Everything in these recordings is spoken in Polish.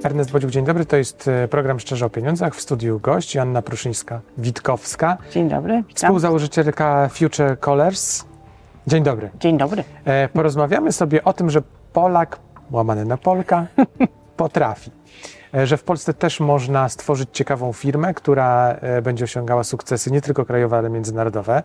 Ernest Bodziuk, dzień dobry. To jest program Szczerze o Pieniądzach. W studiu gość Joanna Pruszyńska-Witkowska. Dzień dobry. Witam. Współzałożycielka Future Colors. Dzień dobry. Dzień dobry. Porozmawiamy sobie o tym, że Polak, łamany na Polka, potrafi. Że w Polsce też można stworzyć ciekawą firmę, która będzie osiągała sukcesy nie tylko krajowe, ale międzynarodowe.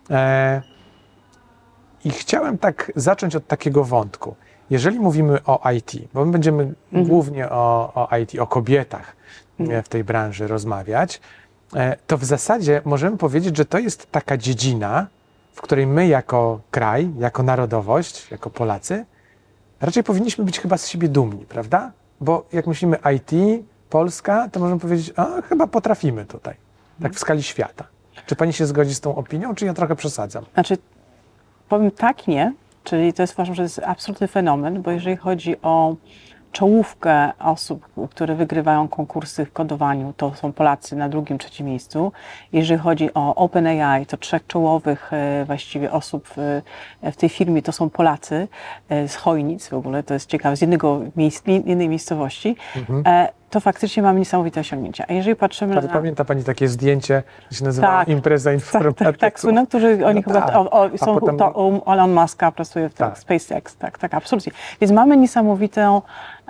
I chciałem tak zacząć od takiego wątku. Jeżeli mówimy o IT, bo my będziemy głównie o IT, o kobietach w tej branży rozmawiać, to w zasadzie możemy powiedzieć, że to jest taka dziedzina, w której my jako kraj, jako narodowość, jako Polacy, raczej powinniśmy być chyba z siebie dumni, prawda? Bo jak myślimy IT, Polska, to możemy powiedzieć, chyba potrafimy tutaj, tak w skali świata. Czy pani się zgodzi z tą opinią, czy ja trochę przesadzam? Znaczy, powiem tak, nie. Czyli to jest, uważam, że to jest absolutny fenomen, bo jeżeli chodzi o czołówkę osób, które wygrywają konkursy w kodowaniu, to są Polacy na drugim, trzecim miejscu. Jeżeli chodzi o OpenAI, to 3 czołowych właściwie osób w tej firmie to są Polacy z Chojnic w ogóle, to jest ciekawe, z jednej miejscowości. To faktycznie mamy niesamowite osiągnięcia. A jeżeli patrzymy na... Pamięta pani takie zdjęcie, że się nazywa Impreza Informatyków? Tak, słyną, którzy oni chyba potem... Elon Muska pracuje w SpaceX, tak, absolutnie. Więc mamy niesamowitą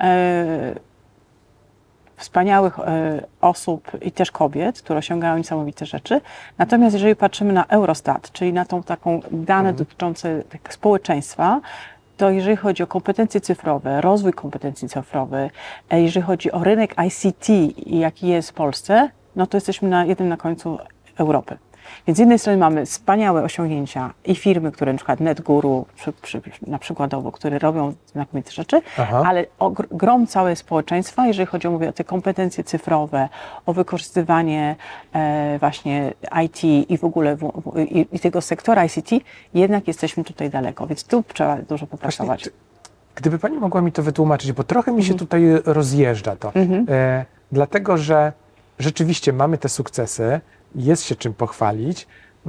wspaniałych osób i też kobiet, które osiągają niesamowite rzeczy. Natomiast jeżeli patrzymy na Eurostat, czyli na tą taką dane dotyczące społeczeństwa, to jeżeli chodzi o kompetencje cyfrowe, rozwój kompetencji cyfrowych, jeżeli chodzi o rynek ICT, jaki jest w Polsce, no to jesteśmy na końcu Europy. Więc z jednej strony mamy wspaniałe osiągnięcia i firmy, które na przykład NetGuru, na przykładowo, które robią znakomite rzeczy, ale grom całe społeczeństwa, jeżeli chodzi o te kompetencje cyfrowe, o wykorzystywanie właśnie IT i w ogóle i tego sektora ICT, jednak jesteśmy tutaj daleko, więc tu trzeba dużo popracować. Właśnie, gdyby pani mogła mi to wytłumaczyć, bo trochę mi się tutaj rozjeżdża to, dlatego że rzeczywiście mamy te sukcesy, jest się czym pochwalić.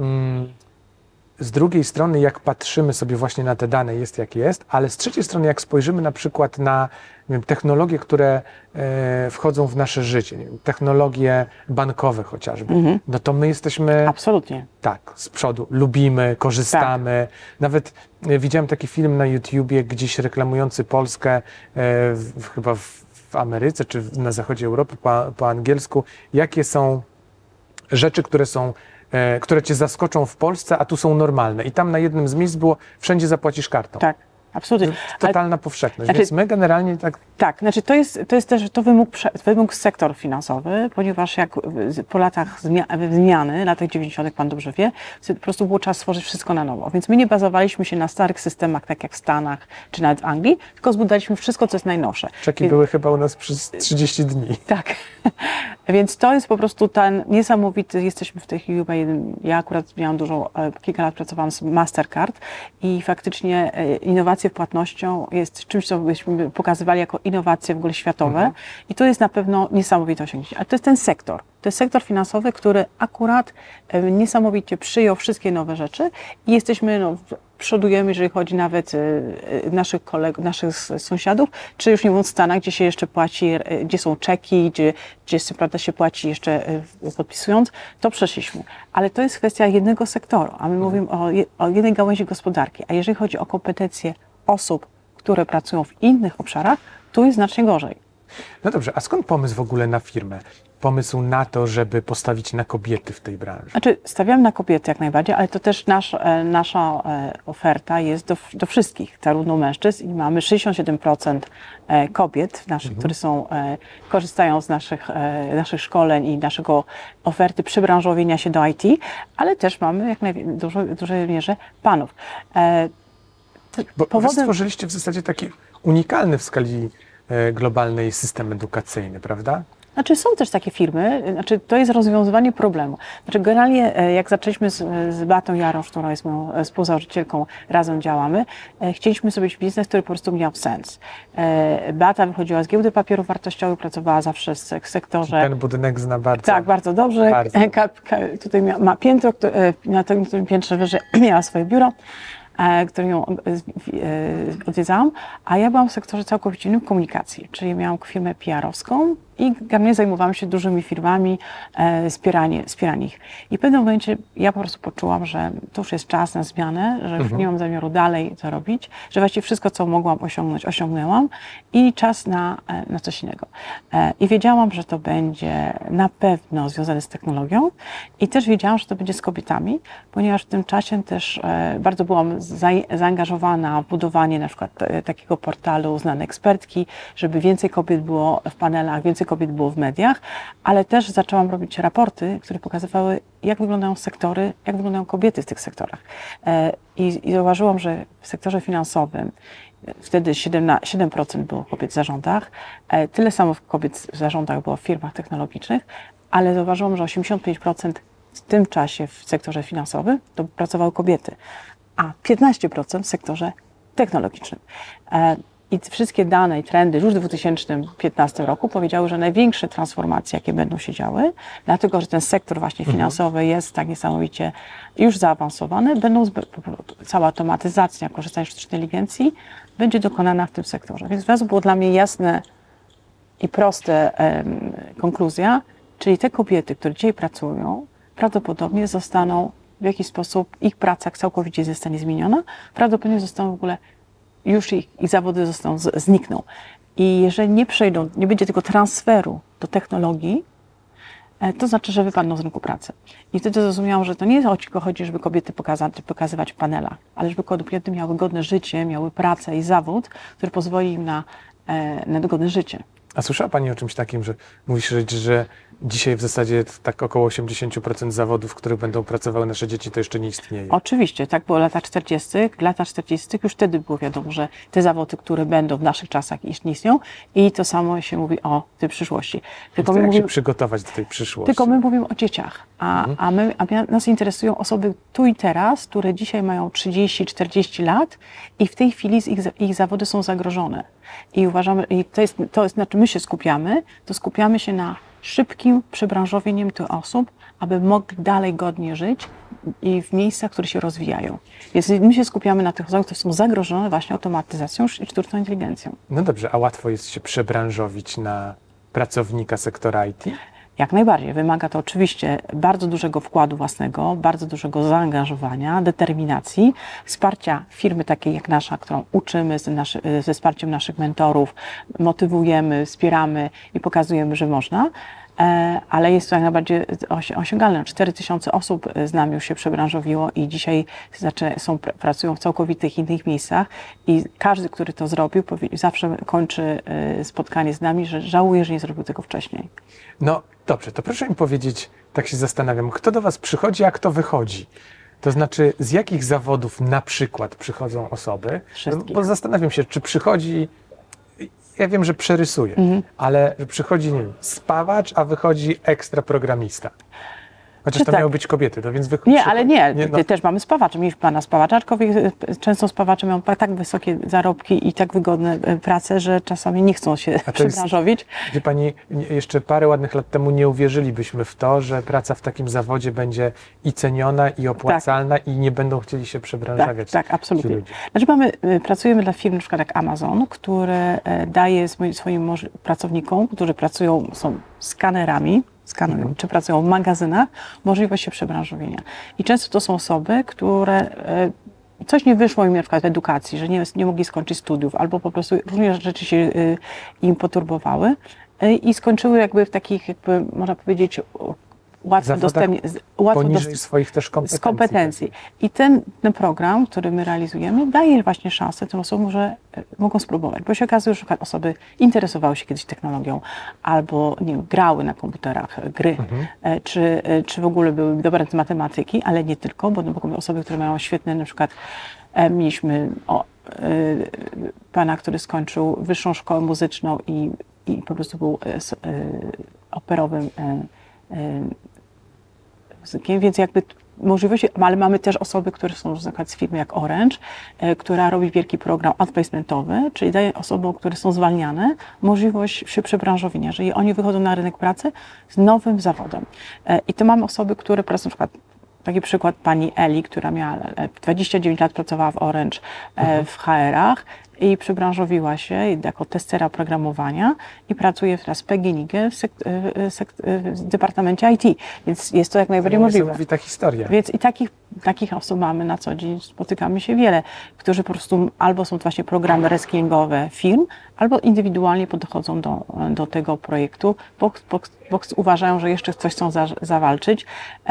Z drugiej strony, jak patrzymy sobie właśnie na te dane, jest jak jest, ale z trzeciej strony, jak spojrzymy na przykład na technologie, które wchodzą w nasze życie, technologie bankowe chociażby, no to my jesteśmy... Absolutnie. Tak, z przodu. Lubimy, korzystamy. Tak. Nawet widziałem taki film na YouTubie gdzieś reklamujący Polskę, chyba w Ameryce czy na zachodzie Europy po angielsku, jakie są rzeczy, które cię zaskoczą w Polsce, a tu są normalne. I tam na jednym z miejsc było, wszędzie zapłacisz kartą. Tak, absolutnie. Totalna powszechność, więc my generalnie tak... Tak, znaczy to jest też wymóg sektor finansowy, ponieważ jak po latach zmiany, latach 90. pan dobrze wie, po prostu było czas stworzyć wszystko na nowo. Więc my nie bazowaliśmy się na starych systemach, tak jak w Stanach czy nawet w Anglii, tylko zbudowaliśmy wszystko, co jest najnowsze. Czeki były chyba u nas przez 30 dni. Tak. Więc to jest po prostu ten niesamowity, jesteśmy w tej chwili ja akurat miałam kilka lat pracowałam z Mastercard i faktycznie innowacje w płatnością jest czymś, co byśmy pokazywali jako innowacje w ogóle światowe i to jest na pewno niesamowite osiągnięcie. Ale to jest ten sektor. To jest sektor finansowy, który akurat niesamowicie przyjął wszystkie nowe rzeczy i jesteśmy, przodujemy, jeżeli chodzi nawet naszych kolegów, naszych sąsiadów, czy już nie mówiąc w Stanach, gdzie się jeszcze płaci, gdzie są czeki, gdzie prawda, się płaci jeszcze podpisując, to przeszliśmy. Ale to jest kwestia jednego sektoru, a my mówimy o jednej gałęzi gospodarki. A jeżeli chodzi o kompetencje osób, które pracują w innych obszarach, tu jest znacznie gorzej. No dobrze, a skąd pomysł w ogóle na firmę? Pomysł na to, żeby postawić na kobiety w tej branży? Znaczy, stawiamy na kobiety jak najbardziej, ale to też nasza oferta jest do wszystkich, zarówno mężczyzn i mamy 67% kobiet, które korzystają z naszych szkoleń i naszego oferty przybranżowienia się do IT, ale też mamy jak w dużej mierze panów. Bo wy stworzyliście w zasadzie taki unikalny w skali globalnej system edukacyjny, prawda? Znaczy są też takie firmy, to jest rozwiązywanie problemu. Generalnie jak zaczęliśmy z Beatą Jarosz, która jest moją współzałożycielką, razem działamy, chcieliśmy zrobić biznes, który po prostu miał sens. Beata wychodziła z giełdy papierów wartościowych, pracowała zawsze w sektorze... Ten budynek zna bardzo. Tak, bardzo dobrze. Bardzo. Tutaj ma piętro, na tym piętrze wyżej miała swoje biuro. którą ją odwiedzałam, a ja byłam w sektorze całkowicie innym, komunikacji, czyli miałam firmę PR-owską i generalnie zajmowałam się dużymi firmami, wspieranie ich. I w pewnym momencie ja po prostu poczułam, że to już jest czas na zmianę, że już nie mam zamiaru dalej to robić, że właściwie wszystko, co mogłam osiągnąć, osiągnęłam i czas na coś innego. I wiedziałam, że to będzie na pewno związane z technologią i też wiedziałam, że to będzie z kobietami, ponieważ w tym czasie też bardzo byłam zaangażowana w budowanie na przykład takiego portalu Znane Ekspertki, żeby więcej kobiet było w panelach, więcej kobiet było w mediach, ale też zaczęłam robić raporty, które pokazywały, jak wyglądają sektory, jak wyglądają kobiety w tych sektorach. I zauważyłam, że w sektorze finansowym wtedy 7% było kobiet w zarządach, tyle samo kobiet w zarządach było w firmach technologicznych, ale zauważyłam, że 85% w tym czasie w sektorze finansowym to pracowały kobiety, a 15% w sektorze technologicznym. I wszystkie dane i trendy już w 2015 roku powiedziały, że największe transformacje, jakie będą się działy, dlatego że ten sektor właśnie finansowy jest tak niesamowicie już zaawansowany, cała automatyzacja, korzystanie z sztucznej inteligencji będzie dokonana w tym sektorze. Więc od razu było dla mnie jasne i proste konkluzja, czyli te kobiety, które dzisiaj pracują, prawdopodobnie zostaną w jakiś sposób, ich praca całkowicie zostanie zmieniona, prawdopodobnie zostaną w ogóle już ich zawody znikną. I jeżeli nie przejdą, nie będzie tego transferu do technologii, to znaczy, że wypadną z rynku pracy. I wtedy zrozumiałam, że to nie tylko chodzi, żeby kobiety pokazywać w panelach, ale żeby kobiety miały godne życie, miały pracę i zawód, który pozwoli im na godne życie. A słyszała Pani o czymś takim, że mówisz, że dzisiaj w zasadzie tak około 80% zawodów, w których będą pracowały nasze dzieci, to jeszcze nie istnieje? Oczywiście, tak było lata 40. Lata 40. już wtedy było wiadomo, że te zawody, które będą w naszych czasach, już nie istnieją i to samo się mówi o tej przyszłości. Tylko jak się przygotować do tej przyszłości? Tylko my mówimy o dzieciach, a nas interesują osoby tu i teraz, które dzisiaj mają 30-40 lat i w tej chwili ich zawody są zagrożone. I uważamy, i to jest na czym my się skupiamy się na szybkim przebranżowieniem tych osób, aby mogli dalej godnie żyć i w miejscach, które się rozwijają. Więc my się skupiamy na tych osobach, które są zagrożone właśnie automatyzacją i sztuczną inteligencją. No dobrze, a łatwo jest się przebranżowić na pracownika sektora IT? Jak najbardziej. Wymaga to oczywiście bardzo dużego wkładu własnego, bardzo dużego zaangażowania, determinacji, wsparcia firmy takiej jak nasza, którą uczymy ze wsparciem naszych mentorów, motywujemy, wspieramy i pokazujemy, że można. Ale jest to jak najbardziej osiągalne. 4000 osób z nami już się przebranżowiło i dzisiaj pracują w całkowitych innych miejscach i każdy, który to zrobił, zawsze kończy spotkanie z nami, że żałuje, że nie zrobił tego wcześniej. No dobrze, to proszę mi powiedzieć, tak się zastanawiam, kto do Was przychodzi, a kto wychodzi? To znaczy, z jakich zawodów na przykład przychodzą osoby? Wszystkich. Bo zastanawiam się, czy przychodzi... Ja wiem, że przerysuję, ale że przychodzi, nie wiem, spawacz, a wychodzi ekstra programista. Chociaż to miały być kobiety, to więc wychodzi... Nie, ale nie, też mamy spawaczy. Mieliśmy pana spawacza, aczkolwiek często spawacze mają tak wysokie zarobki i tak wygodne prace, że czasami nie chcą się przebranżowić. Wie Pani, jeszcze parę ładnych lat temu nie uwierzylibyśmy w to, że praca w takim zawodzie będzie i ceniona, i opłacalna, i nie będą chcieli się przebranżawiać. Tak, absolutnie. Znaczy pracujemy dla firm, na przykład jak Amazon, które daje swoim pracownikom, którzy są skanerami, czy pracują w magazynach, możliwość się przebranżowienia. I często to są osoby, które coś nie wyszło im na przykład w edukacji, że nie mogli skończyć studiów, albo po prostu różne rzeczy się im poturbowały i skończyły jakby w takich, można powiedzieć, łatwo poniżej swoich też kompetencji. I ten program, który my realizujemy, daje właśnie szansę tym osobom, że mogą spróbować, bo się okazuje, że na przykład osoby interesowały się kiedyś technologią, albo nie wiem, grały na komputerach gry, czy w ogóle były dobre z matematyki, ale nie tylko, bo osoby, które mają świetne, na przykład mieliśmy pana, który skończył wyższą szkołę muzyczną i po prostu był operowym więc jakby możliwości, ale mamy też osoby, które są na przykład z firmy jak Orange, która robi wielki program outplacementowy, czyli daje osobom, które są zwalniane, możliwość się przebranżowienia, że oni wychodzą na rynek pracy z nowym zawodem. I to mamy osoby, które pracują na przykład taki przykład pani Eli, która miała 29 lat, pracowała w Orange w HR-ach i przebranżowiła się jako testera oprogramowania i pracuje teraz w PGNiG w departamencie IT, więc jest to jak najbardziej możliwe. Niesamowita historia. Więc i takich osób mamy na co dzień, spotykamy się wiele, którzy po prostu albo są to właśnie programy reskillingowe firm, albo indywidualnie podchodzą do tego projektu, bo uważają, że jeszcze coś chcą zawalczyć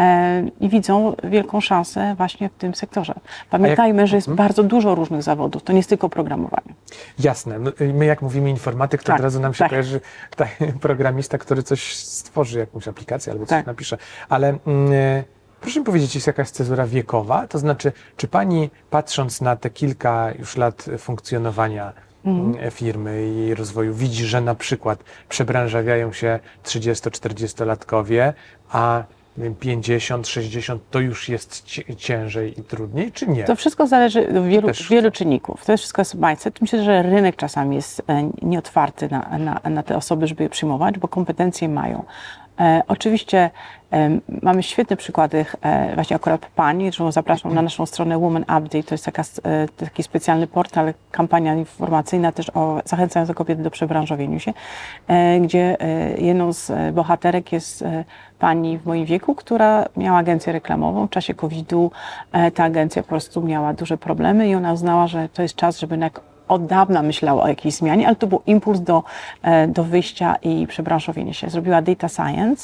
i widzą wielką szansę właśnie w tym sektorze. Pamiętajmy, że jest bardzo dużo różnych zawodów, to nie jest tylko programowanie. Jasne. My jak mówimy informatyk, to Tak, od razu nam się tak. kojarzy programista, który coś stworzy, jakąś aplikację albo coś Tak. napisze. Ale proszę mi powiedzieć, jest jakaś cezura wiekowa? To znaczy, czy pani, patrząc na te kilka już lat funkcjonowania firmy i jej rozwoju, widzi, że na przykład przebranżawiają się 30-40-latkowie, a 50, 60 to już jest ciężej i trudniej, czy nie? To wszystko zależy od wielu czynników. To wszystko jest mindset. Myślę, że rynek czasami jest nieotwarty na te osoby, żeby je przyjmować, bo kompetencje mają. Oczywiście mamy świetne przykłady, właśnie akurat pani, że zapraszam na naszą stronę Woman Update, to jest taki specjalny portal, kampania informacyjna też zachęcająca kobiety do przebranżowienia się, gdzie jedną z bohaterek jest pani w moim wieku, która miała agencję reklamową w czasie COVID-u. Ta agencja po prostu miała duże problemy i ona uznała, że to jest czas, żeby od dawna myślała o jakiejś zmianie, ale to był impuls do wyjścia i przebranżowienia się. Zrobiła data science,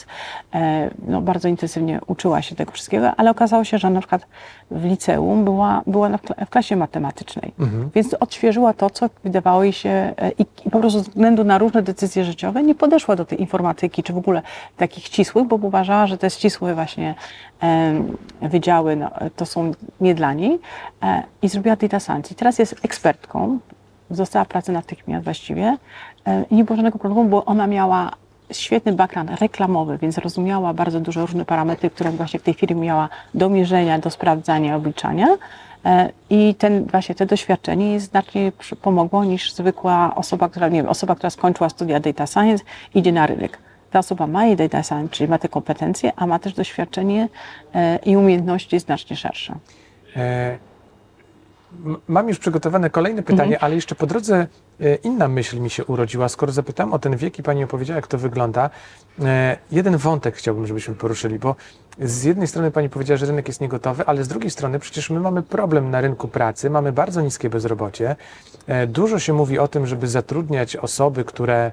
bardzo intensywnie uczyła się tego wszystkiego, ale okazało się, że na przykład w liceum była w klasie matematycznej, więc odświeżyła to, co wydawało jej się i po prostu ze względu na różne decyzje życiowe nie podeszła do tej informatyki, czy w ogóle takich ścisłych, bo uważała, że te ścisłe właśnie wydziały to są nie dla niej i zrobiła data science. I teraz jest ekspertką, dostała pracę natychmiast właściwie i nie było żadnego problemu, bo ona miała świetny background reklamowy, więc rozumiała bardzo dużo różnych parametrów, które właśnie w tej firmie miała do mierzenia, do sprawdzania, obliczania. I te doświadczenie jej znacznie pomogło niż zwykła osoba, która skończyła studia data science, idzie na rynek. Ta osoba ma jej data science, czyli ma te kompetencje, a ma też doświadczenie i umiejętności znacznie szersze. Mam już przygotowane kolejne pytanie, ale jeszcze po drodze inna myśl mi się urodziła. Skoro zapytałem o ten wiek i pani opowiedziała, jak to wygląda, jeden wątek chciałbym, żebyśmy poruszyli, bo z jednej strony pani powiedziała, że rynek jest niegotowy, ale z drugiej strony przecież my mamy problem na rynku pracy, mamy bardzo niskie bezrobocie. Dużo się mówi o tym, żeby zatrudniać osoby, które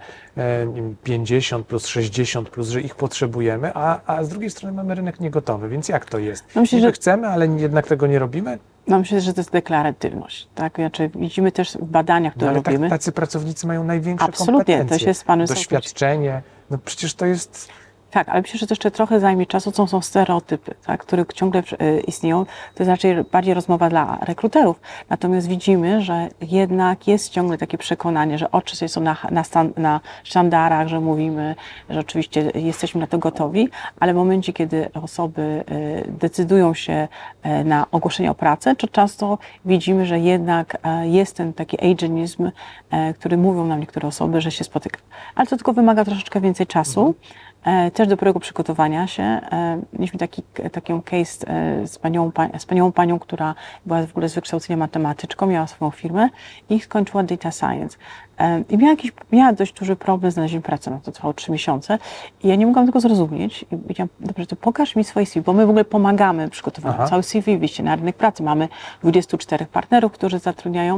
50 plus, 60 plus, że ich potrzebujemy, a z drugiej strony mamy rynek niegotowy, więc jak to jest? Myślę, że chcemy, ale jednak tego nie robimy? Myślę, że to jest deklaratywność. Tak? Znaczy, widzimy też w badaniach, które robimy. Tacy pracownicy mają największe Absolutnie, kompetencje, to się z panem doświadczenie. No przecież to jest... Tak, ale myślę, że to jeszcze trochę zajmie czasu, to są stereotypy, tak, które ciągle istnieją. To jest raczej bardziej rozmowa dla rekruterów. Natomiast widzimy, że jednak jest ciągle takie przekonanie, że oczy są na sztandarach, że mówimy, że oczywiście jesteśmy na to gotowi, ale w momencie, kiedy osoby decydują się na ogłoszenie o pracę, to często widzimy, że jednak jest ten taki agenizm, który mówią nam niektóre osoby, że się spotyka. Ale to tylko wymaga troszeczkę więcej czasu. Też dobrego przygotowania się. Mieliśmy taki case z panią panią, która była w ogóle z wykształcenia matematyczką, miała swoją firmę i skończyła data science. I miała dość duży problem z znalezieniem pracy, no to trwało 3 miesiące i ja nie mogłam tego zrozumieć i powiedziałam, dobrze, to pokaż mi swoje CV, bo my w ogóle pomagamy przygotowaniu cały CV, wyjście na rynek pracy. Mamy 24 partnerów, którzy zatrudniają.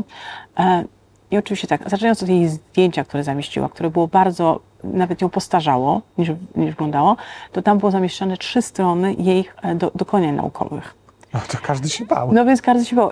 I oczywiście tak, zaczynając od jej zdjęcia, które zamieściła, które było bardzo, nawet ją postarzało niż wyglądało, to tam było zamieszczone 3 strony jej dokonań naukowych. No to każdy się bał. No więc każdy się bał.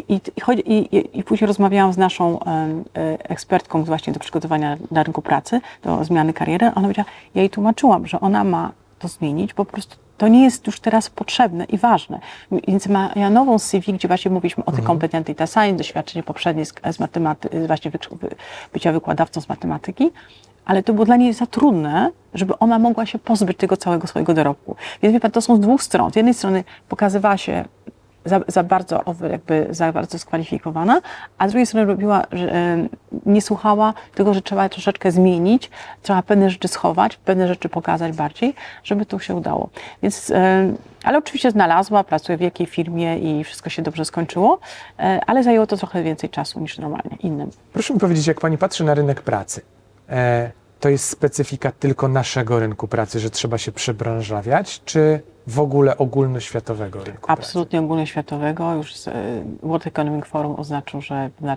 I później rozmawiałam z naszą ekspertką właśnie do przygotowania na rynku pracy, do zmiany kariery. Ona powiedziała, ja jej tłumaczyłam, że ona ma to zmienić, po prostu to nie jest już teraz potrzebne i ważne. Więc miała nową CV, gdzie właśnie mówiliśmy o tych kompetencji data science, doświadczenie poprzednie z matematyki, właśnie bycia wykładowcą z matematyki, ale to było dla niej za trudne, żeby ona mogła się pozbyć tego całego swojego dorobku. Więc wie pan, to są z 2 stron. Z jednej strony pokazywała się za bardzo skwalifikowana, a z drugiej strony robiła, nie słuchała tego, że trzeba troszeczkę zmienić, trzeba pewne rzeczy schować, pewne rzeczy pokazać bardziej, żeby to się udało. Więc, ale oczywiście znalazła, pracuje w wielkiej firmie i wszystko się dobrze skończyło, ale zajęło to trochę więcej czasu niż normalnie innym. Proszę mi powiedzieć, jak pani patrzy na rynek pracy, to jest specyfika tylko naszego rynku pracy, że trzeba się przebranżawiać, czy w ogóle ogólnoświatowego rynku Absolutnie ogólnoświatowego. Już World Economic Forum oznaczył, że ponad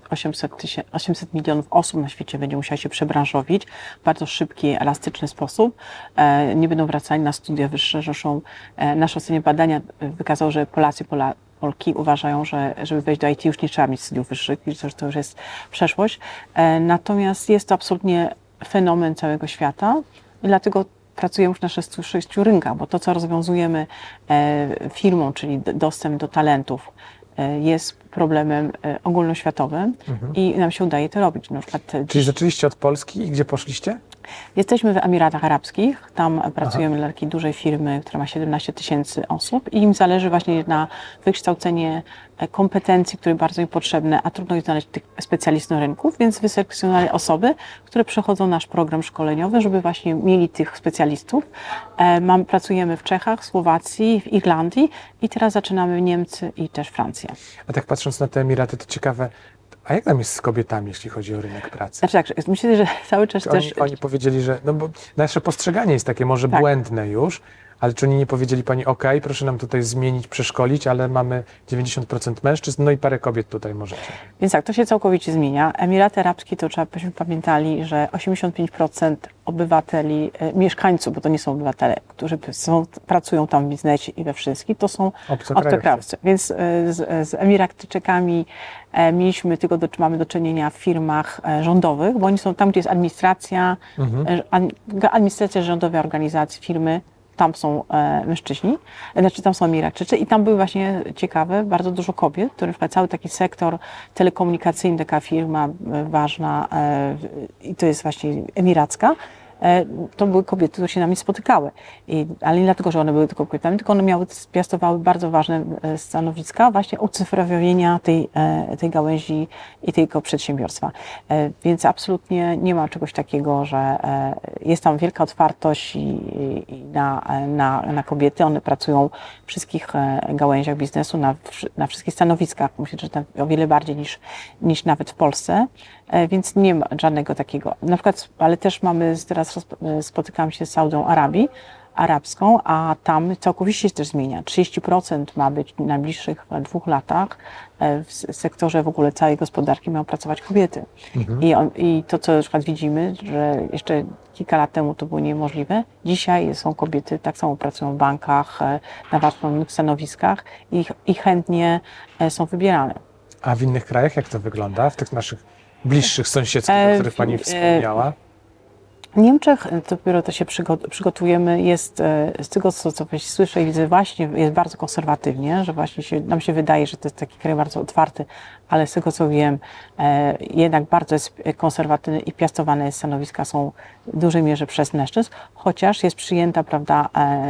800 milionów osób na świecie będzie musiało się przebranżowić w bardzo szybki, elastyczny sposób. Nie będą wracali na studia wyższe. Zresztą nasze ostatnie badania wykazało, że Polki uważają, że żeby wejść do IT już nie trzeba mieć studiów wyższych, że to już jest przeszłość. Natomiast jest to absolutnie fenomen całego świata i dlatego pracujemy już na 6 rynkach, bo to, co rozwiązujemy firmom, czyli dostęp do talentów, jest problemem ogólnoświatowym i nam się udaje to robić. Na przykład, czyli zaczęliście od Polski i gdzie poszliście? Jesteśmy w Emiratach Arabskich, tam pracujemy dla takiej dużej firmy, która ma 17 000 osób i im zależy właśnie na wykształcenie kompetencji, które bardzo im potrzebne, a trudno jest znaleźć tych specjalistów rynków, więc wyselekcjonowali osoby, które przechodzą nasz program szkoleniowy, żeby właśnie mieli tych specjalistów. Pracujemy w Czechach, Słowacji, w Irlandii i teraz zaczynamy Niemcy i też Francję. A tak patrząc na te Emiraty, to ciekawe, a jak tam jest z kobietami, jeśli chodzi o rynek pracy? Znaczy tak, myślę, że cały czas też... Oni powiedzieli, że, no bo nasze postrzeganie jest takie może błędne już, ale czy oni nie powiedzieli pani, ok, proszę nam tutaj zmienić, przeszkolić, ale mamy 90% mężczyzn, no i parę kobiet tutaj możecie. Więc tak, to się całkowicie zmienia. Emiraty Arabskie, to trzeba, byśmy pamiętali, że 85% obywateli, mieszkańców, bo to nie są obywatele, którzy pracują tam w biznesie i we wszystkim, to są obcokrajowcy. Więc z Emiratczykami mamy do czynienia w firmach rządowych, bo oni są tam, gdzie jest administracja, administracja rządowa organizacji, firmy, tam są mężczyźni, znaczy tam są Emiratczycy i tam były właśnie ciekawe, bardzo dużo kobiet, który na przykład cały taki sektor telekomunikacyjny, taka firma ważna i to jest właśnie emiracka, to były kobiety, które się nami spotykały. Ale nie dlatego, że one były tylko kobietami, tylko one piastowały bardzo ważne stanowiska właśnie ucyfrowienia tej gałęzi i tego przedsiębiorstwa. Więc absolutnie nie ma czegoś takiego, że jest tam wielka otwartość na kobiety. One pracują w wszystkich gałęziach biznesu, na wszystkich stanowiskach. Myślę, że o wiele bardziej niż nawet w Polsce. Więc nie ma żadnego takiego. Na przykład, ale też teraz spotykam się z Saudią Arabską, a tam całkowicie się też zmienia. 30% ma być w najbliższych 2 latach w sektorze w ogóle całej gospodarki mają pracować kobiety. I to, co na przykład widzimy, że jeszcze kilka lat temu to było niemożliwe, dzisiaj są kobiety, tak samo pracują w bankach, na ważnych stanowiskach i chętnie są wybierane. A w innych krajach jak to wygląda? W tych naszych bliższych sąsiedzkich, o których pani wspomniała? W Niemczech dopiero to się przygotujemy, jest z tego, co słyszę i widzę, właśnie jest bardzo konserwatywnie, że właśnie nam się wydaje, że to jest taki kraj bardzo otwarty, ale z tego, co wiem, jednak bardzo jest konserwatywny i piastowane stanowiska są w dużej mierze przez mężczyzn, chociaż jest przyjęta, prawda,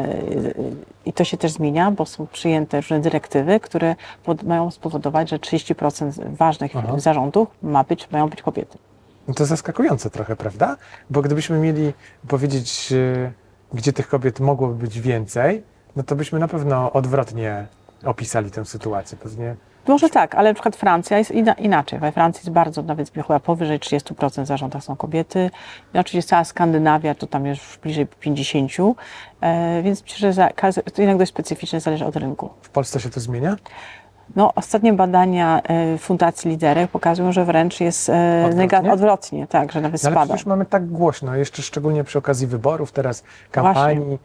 i to się też zmienia, bo są przyjęte różne dyrektywy, które mają spowodować, że 30% ważnych zarządów mają być kobiety. No to zaskakujące trochę, prawda? Bo gdybyśmy mieli powiedzieć, gdzie tych kobiet mogłoby być więcej, no to byśmy na pewno odwrotnie opisali tę sytuację. Pewnie. Może tak, ale na przykład Francja jest inaczej. We Francji jest bardzo, nawet chyba powyżej 30% w zarządach są kobiety. I oczywiście cała Skandynawia to tam już bliżej 50%, więc myślę, że to jednak dość specyficznie zależy od rynku. W Polsce się to zmienia? No, ostatnie badania Fundacji Liderek pokazują, że wręcz jest odwrotnie, tak, że nawet spada. Ale przecież mamy tak głośno, jeszcze szczególnie przy okazji wyborów, teraz kampanii,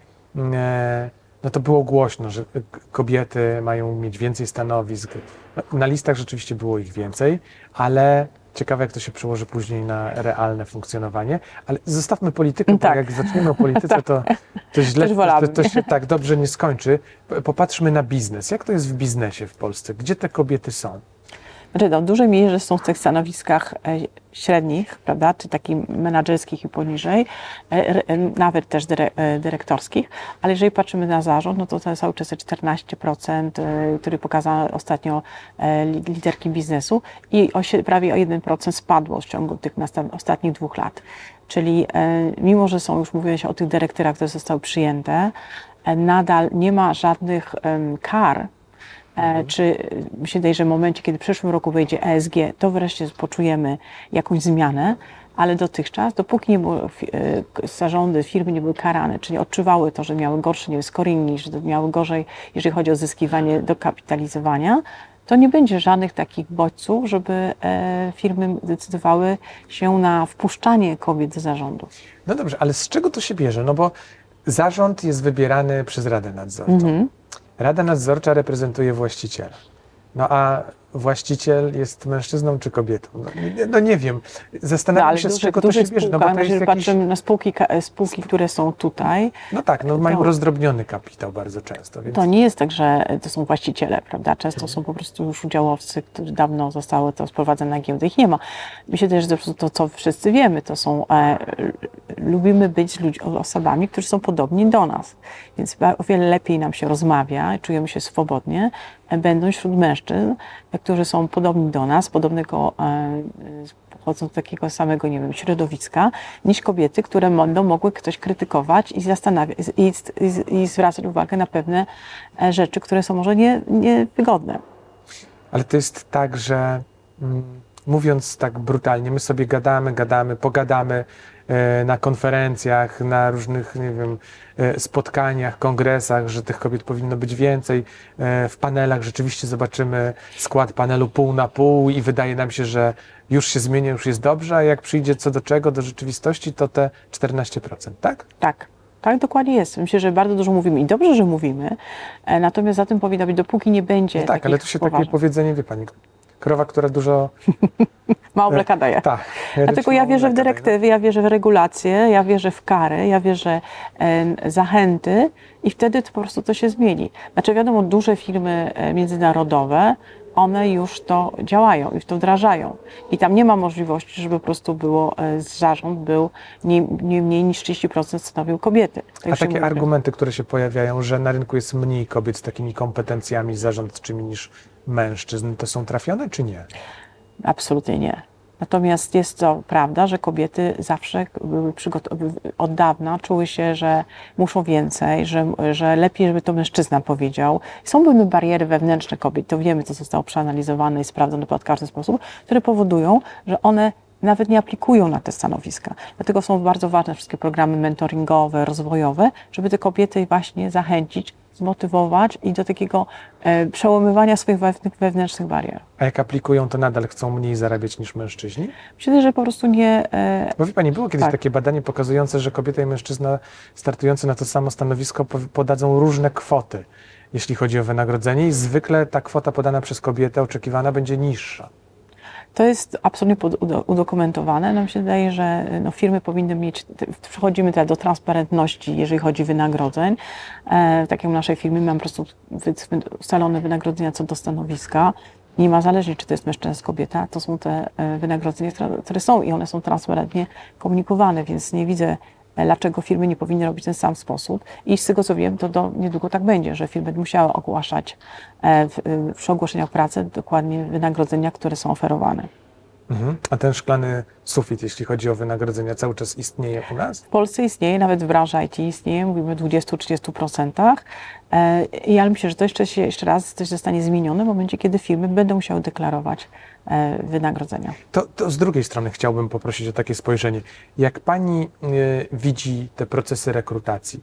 no to było głośno, że kobiety mają mieć więcej stanowisk. Na listach rzeczywiście było ich więcej, ale ciekawe, jak to się przełoży później na realne funkcjonowanie. Ale zostawmy politykę, bo jak zaczniemy o polityce, to źle, to się tak dobrze nie skończy. Popatrzmy na biznes. Jak to jest w biznesie w Polsce? Gdzie te kobiety są? Znaczy, w dużej mierze są w tych stanowiskach średnich, prawda, czy takich menadżerskich i poniżej, nawet też dyrektorskich, ale jeżeli patrzymy na zarząd, no to cały czas jest 14%, który pokazały ostatnio liderki biznesu i prawie o 1% spadło w ciągu tych ostatnich 2 lat. Czyli mimo, że już mówiło się o tych dyrektywach, które zostały przyjęte, nadal nie ma żadnych kar, czy mi się wydaje, że w momencie, kiedy w przyszłym roku wejdzie ESG, to wreszcie poczujemy jakąś zmianę, ale dotychczas, dopóki nie było, zarządy firmy nie były karane, czyli odczuwały to, że miały gorsze, nie wiem, scoringi, że miały gorzej, jeżeli chodzi o zyskiwanie, dokapitalizowania, to nie będzie żadnych takich bodźców, żeby firmy decydowały się na wpuszczanie kobiet do zarządu. No dobrze, ale z czego to się bierze? No bo zarząd jest wybierany przez Radę Nadzorczą. Rada Nadzorcza reprezentuje właściciela. No a właściciel jest mężczyzną czy kobietą? No nie wiem. Zastanawiam się, z czego to się bierze. No bo to jest patrzymy na spółki, które są tutaj. No tak, mają rozdrobniony kapitał bardzo często. Więc... To nie jest tak, że to są właściciele, prawda? Często są po prostu już udziałowcy, którzy dawno zostały to sprowadzone na giełdę. Ich nie ma. Myślę też, że to, co wszyscy wiemy, to są... lubimy być osobami, którzy są podobni do nas. Więc o wiele lepiej nam się rozmawia, czujemy się swobodnie, będą wśród mężczyzn, którzy są podobni do nas, pochodzą z takiego samego, nie wiem, środowiska, niż kobiety, które będą mogły ktoś krytykować i zastanawiać i zwracać uwagę na pewne rzeczy, które są może niewygodne. Ale to jest tak, że mówiąc tak brutalnie, my sobie pogadamy na konferencjach, na różnych, nie wiem, spotkaniach, kongresach, że tych kobiet powinno być więcej. W panelach rzeczywiście zobaczymy skład panelu pół na pół i wydaje nam się, że już się zmienia, już jest dobrze, a jak przyjdzie co do czego, do rzeczywistości, to te 14%, tak? Tak. Tak, dokładnie jest. Myślę, że bardzo dużo mówimy i dobrze, że mówimy, natomiast za tym powinno być, dopóki nie będzie. No tak, ale tu się takie powiedzenie, wie pani, krowa, która dużo... Mało mleka daje. Tak. Dlatego ja wierzę w dyrektywy, ja wierzę w regulacje, ja wierzę w kary, ja wierzę w zachęty i wtedy to po prostu to się zmieni. Znaczy wiadomo, duże firmy międzynarodowe, one już to działają i w to wdrażają. I tam nie ma możliwości, żeby po prostu zarząd był nie mniej niż 30% stanowił kobiety. A takie argumenty, które się pojawiają, że na rynku jest mniej kobiet z takimi kompetencjami zarządczymi niż mężczyzn, to są trafione czy nie? Absolutnie nie. Natomiast jest to prawda, że kobiety zawsze były od dawna czuły się, że muszą więcej, że lepiej, żeby to mężczyzna powiedział. Są pewne bariery wewnętrzne kobiet, to wiemy, co zostało przeanalizowane i sprawdzone w każdy sposób, które powodują, że one nawet nie aplikują na te stanowiska. Dlatego są bardzo ważne wszystkie programy mentoringowe, rozwojowe, żeby te kobiety właśnie zachęcić, zmotywować i do takiego przełamywania swoich wewnętrznych barier. A jak aplikują, to nadal chcą mniej zarabiać niż mężczyźni? Myślę, że po prostu nie... Bo wie pani, było kiedyś takie badanie pokazujące, że kobieta i mężczyzna startujący na to samo stanowisko podadzą różne kwoty, jeśli chodzi o wynagrodzenie i zwykle ta kwota podana przez kobietę oczekiwana będzie niższa. To jest absolutnie udokumentowane. Nam się wydaje, że firmy powinny mieć, przechodzimy teraz do transparentności, jeżeli chodzi o wynagrodzeń. Tak jak w naszej firmie mam po prostu ustalone wynagrodzenia co do stanowiska. Nie ma zależnie, czy to jest mężczyzna, czy kobieta, to są te wynagrodzenia, które są i one są transparentnie komunikowane, więc nie widzę, dlaczego firmy nie powinny robić w ten sam sposób. I z tego co wiem, to niedługo tak będzie, że firmy będą musiały ogłaszać przy ogłoszeniach pracy dokładnie wynagrodzenia, które są oferowane. A ten szklany sufit, jeśli chodzi o wynagrodzenia, cały czas istnieje u nas? W Polsce istnieje, nawet w branży IT istnieje, mówimy o 20-30%. Ja myślę, że to jeszcze raz coś zostanie zmienione w momencie, kiedy firmy będą musiały deklarować wynagrodzenia. To z drugiej strony chciałbym poprosić o takie spojrzenie. Jak pani widzi te procesy rekrutacji,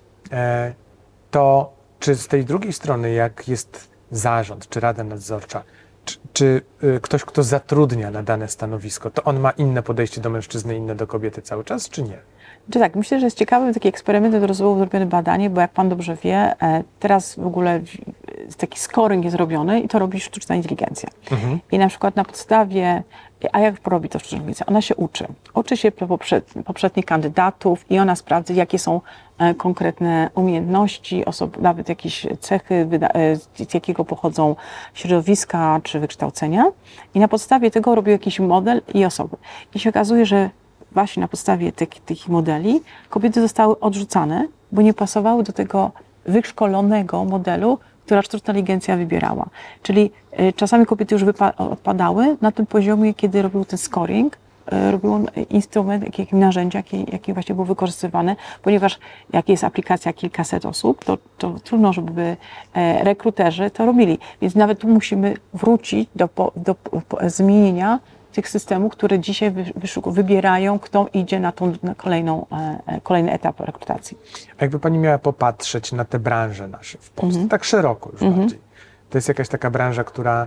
to czy z tej drugiej strony, jak jest zarząd czy rada nadzorcza, czy ktoś, kto zatrudnia na dane stanowisko, to on ma inne podejście do mężczyzny, inne do kobiety cały czas, czy nie? Czy tak, myślę, że jest ciekawy taki eksperyment do rozwoju, zrobione badanie, bo jak pan dobrze wie, teraz w ogóle taki scoring jest robiony i to robi sztuczna inteligencja. I na przykład na podstawie, a jak robi to sztuczna inteligencja? Ona się uczy. Uczy się poprzednich kandydatów i ona sprawdza, jakie są konkretne umiejętności osób, nawet jakieś cechy, z jakiego pochodzą środowiska czy wykształcenia. I na podstawie tego robi jakiś model i osoby. I się okazuje, że właśnie na podstawie tych modeli kobiety zostały odrzucane, bo nie pasowały do tego wyszkolonego modelu, która sztuczna inteligencja wybierała. Czyli czasami kobiety już odpadały na tym poziomie, kiedy robił ten scoring, robił instrument, jakie narzędzia, jakie właśnie były wykorzystywane, ponieważ jak jest aplikacja kilkaset osób, to trudno, żeby rekruterzy to robili. Więc nawet tu musimy wrócić do zmienienia tych systemów, które dzisiaj wybierają, kto idzie na kolejny etap rekrutacji. A jakby Pani miała popatrzeć na te branże nasze w Polsce, tak szeroko już bardziej, to jest jakaś taka branża, która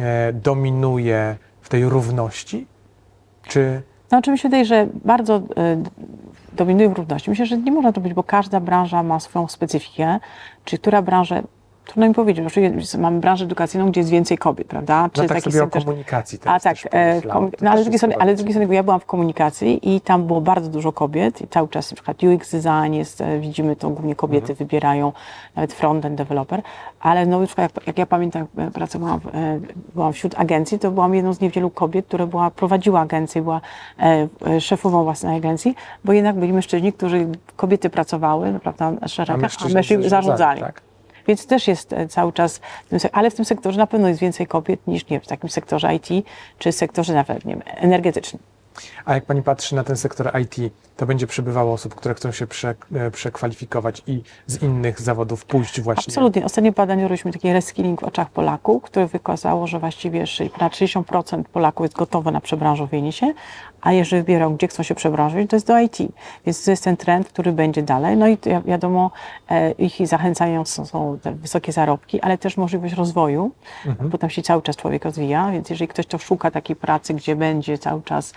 dominuje w tej równości? Czy... Znaczy mi się wydaje, że bardzo dominuje w równości. Myślę, że nie można to być, bo każda branża ma swoją specyfikę, czy która branża. Trudno mi powiedzieć, oczywiście mamy branżę edukacyjną, gdzie jest więcej kobiet, prawda? Czy no tak sobie o komunikacji teraz tak, no, ale z drugiej strony ja byłam w komunikacji i tam było bardzo dużo kobiet i cały czas na przykład UX design jest, widzimy to, głównie kobiety wybierają, nawet front-end developer, ale no, jak ja pamiętam, pracowałam, byłam wśród agencji, to byłam jedną z niewielu kobiet, która prowadziła agencję, była szefową własnej agencji, bo jednak byli mężczyźni, kobiety pracowały, prawda, na szeregach, a mężczyźni zarządzali. Tak? Więc też jest cały czas, ale w tym sektorze na pewno jest więcej kobiet niż w takim sektorze IT, czy sektorze nawet, nie wiem, energetycznym. A jak Pani patrzy na ten sektor IT, to będzie przybywało osób, które chcą się przekwalifikować i z innych zawodów pójść właśnie? Absolutnie. Ostatnie badanie robiliśmy taki reskilling w oczach Polaków, które wykazało, że właściwie ponad 60% Polaków jest gotowe na przebranżowienie się, a jeżeli wybiorą, gdzie chcą się przebranżowić, to jest do IT. Więc to jest ten trend, który będzie dalej. No i wiadomo, ich zachęcające są te wysokie zarobki, ale też możliwość rozwoju, bo tam się cały czas człowiek rozwija, więc jeżeli ktoś to szuka takiej pracy, gdzie będzie cały czas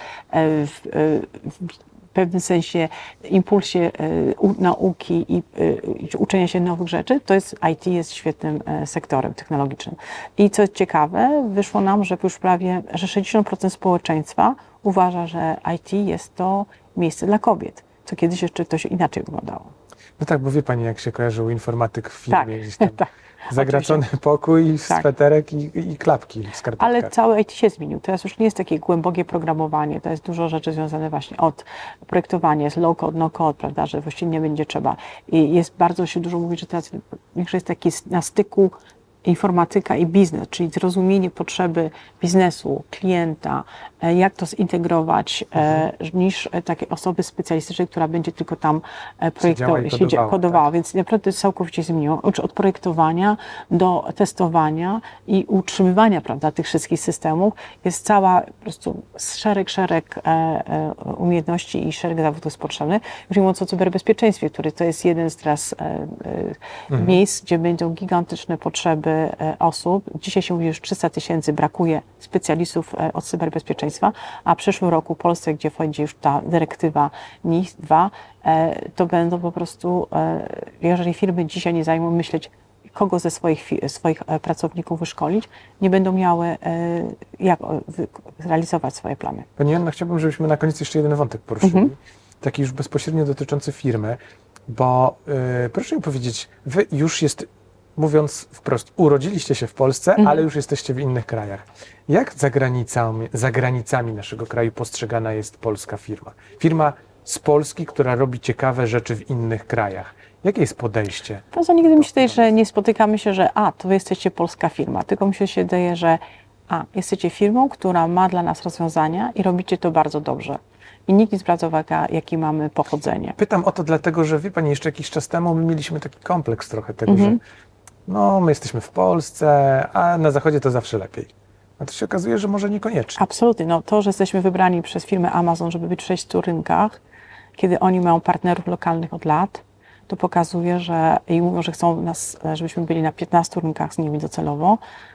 w pewnym sensie impulsie nauki i uczenia się nowych rzeczy, to jest IT jest świetnym sektorem technologicznym. I co ciekawe, wyszło nam, że już że 60% społeczeństwa uważa, że IT jest to miejsce dla kobiet, co kiedyś jeszcze to się inaczej wyglądało. No tak, bo wie Pani, jak się kojarzył informatyk w filmie, tak, gdzieś tam tak. zagracony Oczywiście. pokój, sweterek i klapki w skarpetkach. Ale cały IT się zmienił. Teraz już nie jest takie głębokie programowanie, to jest dużo rzeczy związane właśnie od projektowania, jest low code, no code, prawda, że właściwie nie będzie trzeba. I jest bardzo się dużo mówi, że teraz większość jest taki na styku informatyka i biznes, czyli zrozumienie potrzeby biznesu, klienta, jak to zintegrować, niż takiej osoby specjalistycznej, która będzie tylko tam kodowała. Tak. Więc naprawdę całkowicie zmieniło. Od projektowania do testowania i utrzymywania, prawda, tych wszystkich systemów jest cała po prostu szereg umiejętności i szereg zawodów jest potrzebny. Już nie mówiąc o cyberbezpieczeństwie, który to jest jeden z teraz miejsc, gdzie będą gigantyczne potrzeby osób. Dzisiaj się mówi, że już 300 000 brakuje specjalistów od cyberbezpieczeństwa, a w przyszłym roku w Polsce, gdzie wchodzi już ta dyrektywa NIS 2, to będą po prostu, jeżeli firmy dzisiaj nie zajmą myśleć, kogo ze swoich pracowników wyszkolić, nie będą miały jak zrealizować swoje plany. Pani Joanno, chciałbym, żebyśmy na koniec jeszcze jeden wątek poruszyli, taki już bezpośrednio dotyczący firmy, bo proszę mi powiedzieć, wy już mówiąc wprost, urodziliście się w Polsce, ale już jesteście w innych krajach. Jak za granicami naszego kraju postrzegana jest polska firma? Firma z Polski, która robi ciekawe rzeczy w innych krajach. Jakie jest podejście? Poza nigdy mi się wydaje, że nie spotykamy się, że to wy jesteście polska firma, tylko mi się wydaje, że jesteście firmą, która ma dla nas rozwiązania i robicie to bardzo dobrze. I nikt nie zwraca uwagi, jakie mamy pochodzenie. Pytam o to dlatego, że wie Pani, jeszcze jakiś czas temu my mieliśmy taki kompleks trochę tego, że my jesteśmy w Polsce, a na Zachodzie to zawsze lepiej. A to się okazuje, że może niekoniecznie. Absolutnie. No, to, że jesteśmy wybrani przez firmę Amazon, żeby być w 6 rynkach, kiedy oni mają partnerów lokalnych od lat, to pokazuje, że i mówią, że chcą nas, żebyśmy byli na 15 rynkach z nimi docelowo,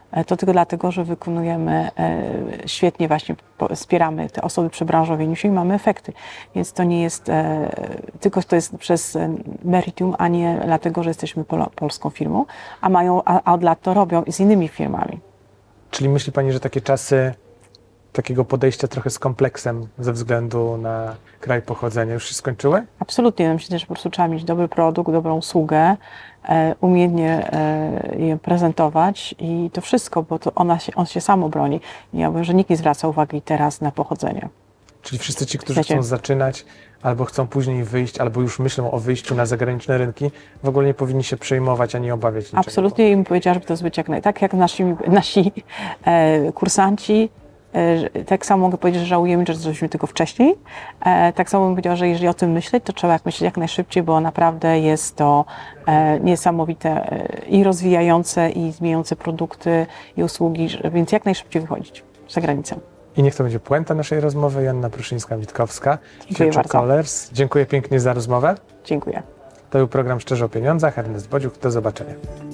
to tylko dlatego, że wykonujemy świetnie, właśnie wspieramy te osoby przy branżowieniu się i mamy efekty. Więc to nie jest tylko to jest przez meritum, a nie dlatego, że jesteśmy polską firmą, a od lat to robią i z innymi firmami. Czyli myśli Pani, że takie czasy takiego podejścia trochę z kompleksem ze względu na kraj pochodzenia już się skończyły? Absolutnie. Myślę, że po prostu trzeba mieć dobry produkt, dobrą usługę, umiejętnie je prezentować i to wszystko, bo to on się sam obroni. Ja mówię, że nikt nie zwraca uwagi teraz na pochodzenie. Czyli wszyscy ci, którzy chcą zaczynać, albo chcą później wyjść, albo już myślą o wyjściu na zagraniczne rynki, w ogóle nie powinni się przejmować ani obawiać niczego. Absolutnie im powiedziała, żeby to zrobić tak jak nasi kursanci. Tak samo mogę powiedzieć, że żałujemy, że zrobiliśmy tylko wcześniej. Tak samo bym powiedziała, że jeżeli o tym myśleć, to trzeba myśleć jak najszybciej, bo naprawdę jest to niesamowite i rozwijające, i zmieniające produkty i usługi, więc jak najszybciej wychodzić za granicę. I niech to będzie puenta naszej rozmowy. Joanna Pruszyńska-Witkowska, Dziękuję bardzo. Colors. Dziękuję pięknie za rozmowę. Dziękuję. To był program Szczerze o Pieniądzach. Ernest Bodziuk. Do zobaczenia.